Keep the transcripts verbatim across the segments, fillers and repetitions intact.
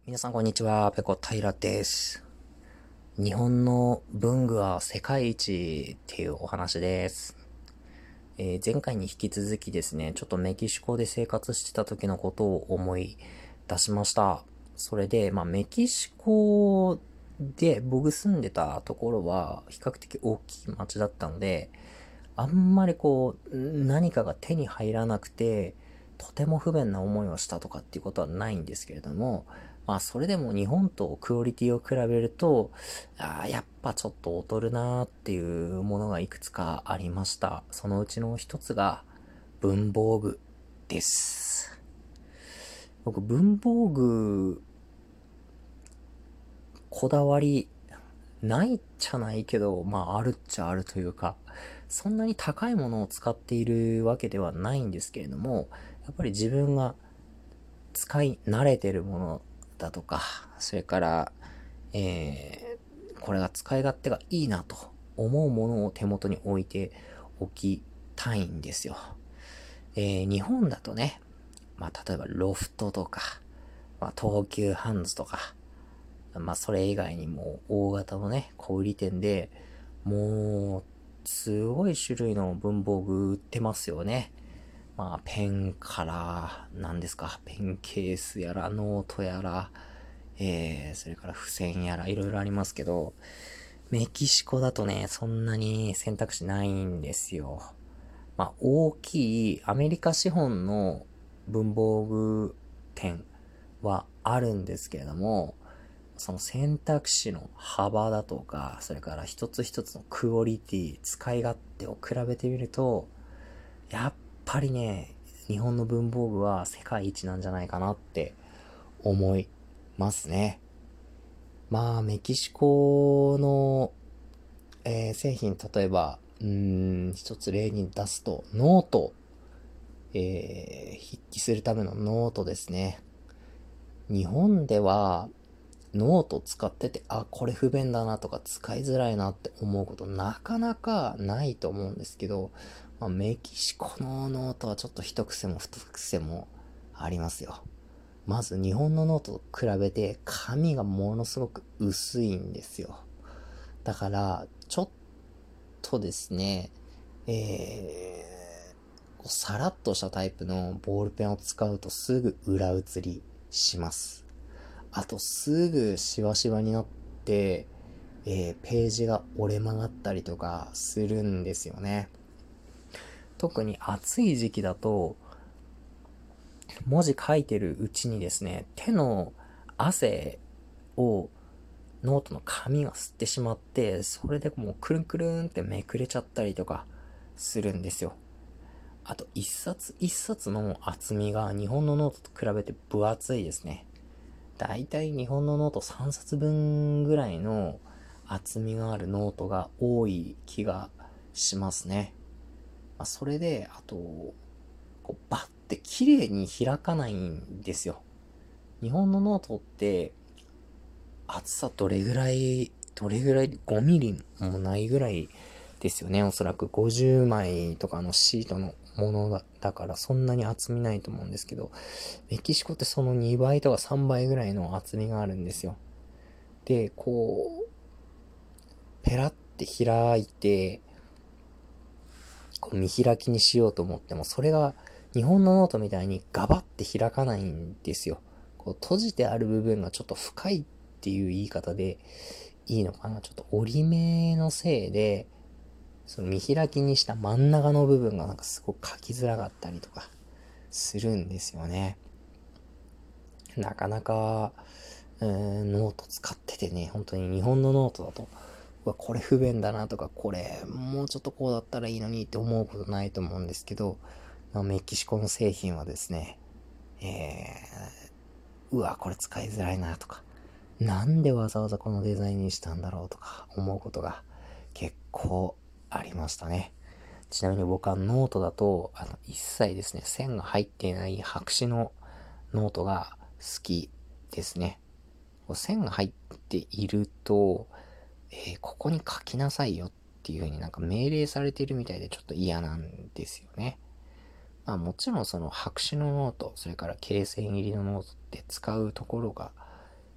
皆さんこんにちは、ペコ平です。日本の文具は世界一っていうお話です。えー前回に引き続きですね、ちょっとメキシコで生活してた時のことを思い出しました。それで、まあメキシコで僕住んでたところは比較的大きい町だったので、あんまりこう、何かが手に入らなくて、とても不便な思いをしたとかっていうことはないんですけれども、まあそれでも日本とクオリティを比べると、ああ、やっぱちょっと劣るなーっていうものがいくつかありました。そのうちの一つが文房具です。僕文房具こだわりないっちゃないけど、まああるっちゃあるというか、そんなに高いものを使っているわけではないんですけれども、やっぱり自分が使い慣れてるものだとか、それから、えー、これが使い勝手がいいなと思うものを手元に置いておきたいんですよ。えー、日本だとね、まあ、例えばロフトとか、まあ、東急ハンズとか、まあ、それ以外にも大型のね、小売店で、もう、すごい種類の文房具売ってますよね。まあ、ペンから、何ですか、ペンケースやら、ノートやら、えー、それから付箋やら、いろいろありますけど、メキシコだとね、そんなに選択肢ないんですよ。まあ、大きいアメリカ資本の文房具店はあるんですけれども、その選択肢の幅だとか、それから一つ一つのクオリティ、使い勝手を比べてみると、やっぱりね、日本の文房具は世界一なんじゃないかなって思いますね。まあ、メキシコの、えー製品、例えば、うーん、一つ例に出すと、ノート、えー筆記するためのノートですね。日本では、ノート使ってて、あ、これ不便だなとか使いづらいなって思うことなかなかないと思うんですけど、まあ、メキシコのノートはちょっと一癖も二癖もありますよ。まず日本のノートと比べて紙がものすごく薄いんですよ。だから、ちょっとですね、えー、さらっとしたタイプのボールペンを使うとすぐ裏打りします。あとすぐしわしわになって、えーページが折れ曲がったりとかするんですよね。特に暑い時期だと、文字書いてるうちにですね、手の汗をノートの紙が吸ってしまって、それでもうくるんくるんってめくれちゃったりとかするんですよ。あと一冊一冊の厚みが日本のノートと比べて分厚いですね。だいたい日本のノートさんさつぶんぐらいの厚みがあるノートが多い気がしますね。まあ、それで、あと、こうバッて綺麗に開かないんですよ。日本のノートって厚さどれぐらい、どれぐらい、ごミリもないぐらいですよね。おそらくごじゅうまいとかのシートのものだだからそんなに厚みないと思うんですけど、メキシコってそのにばいとかさんばいぐらいの厚みがあるんですよ。で、こう、ペラって開いて、こう見開きにしようと思っても、それが日本のノートみたいにガバって開かないんですよ。こう閉じてある部分がちょっと深いっていう言い方でいいのかな。ちょっと折り目のせいで、その見開きにした真ん中の部分がなんかすごく書きづらかったりとかするんですよね。なかなか、うーん、ノート使っててね、本当に日本のノートだと、うわ、これ不便だなとか、これ、もうちょっとこうだったらいいのにって思うことないと思うんですけど、まあ、メキシコの製品はですね、えー、うわ、これ使いづらいなとか、なんでわざわざこのデザインにしたんだろうとか思うことが結構ありましたね。ちなみに僕はノートだと、あの、一切ですね、線が入っていない白紙のノートが好きですね。線が入っていると、えーここに書きなさいよっていう風になんか命令されているみたいでちょっと嫌なんですよね。まあもちろんその白紙のノート、それから罫線入りのノートって使うところが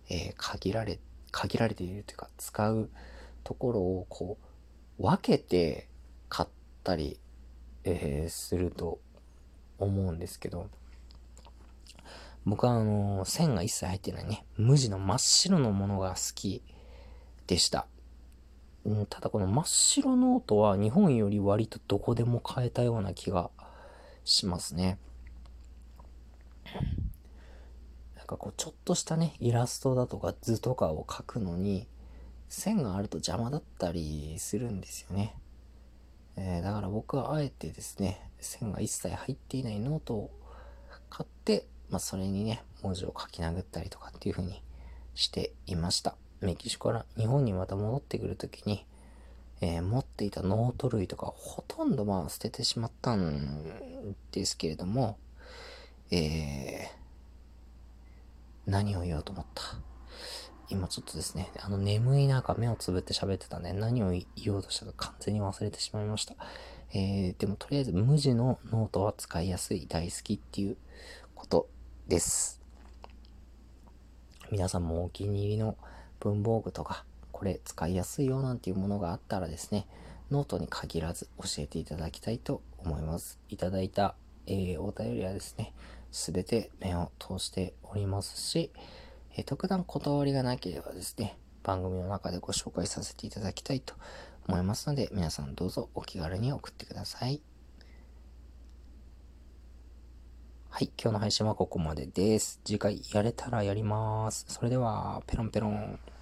えー限られ、限られているというか、使うところをこう、分けて買ったり、えーすると思うんですけど、僕はあのー線が一切入ってないね、無地の真っ白のものが好きでした。うん、ただこの真っ白ノートは日本より割とどこでも買えたような気がしますね。なんかこうちょっとしたね、イラストだとか図とかを描くのに、線があると邪魔だったりするんですよね。えーだから僕はあえてですね、線が一切入っていないノートを買って、まあそれにね、文字を書き殴ったりとかっていう風にしていました。メキシコから日本にまた戻ってくるときに、えー持っていたノート類とかほとんどまあ捨ててしまったんですけれども、えー何を言おうと思った。今ちょっとですね、あの眠い中目をつぶって喋ってたんで、何を言おうとしたか完全に忘れてしまいました。えー、でもとりあえず無地のノートは使いやすい、大好きっていうことです。皆さんもお気に入りの文房具とか、これ使いやすいよなんていうものがあったらですね、ノートに限らず教えていただきたいと思います。いただいた、えー、お便りはですね、すべて目を通しておりますし、えー特段こだわりがなければですね、番組の中でご紹介させていただきたいと思いますので、皆さんどうぞお気軽に送ってください。はい、今日の配信はここまでです。次回やれたらやります。それでは、ペロンペロン。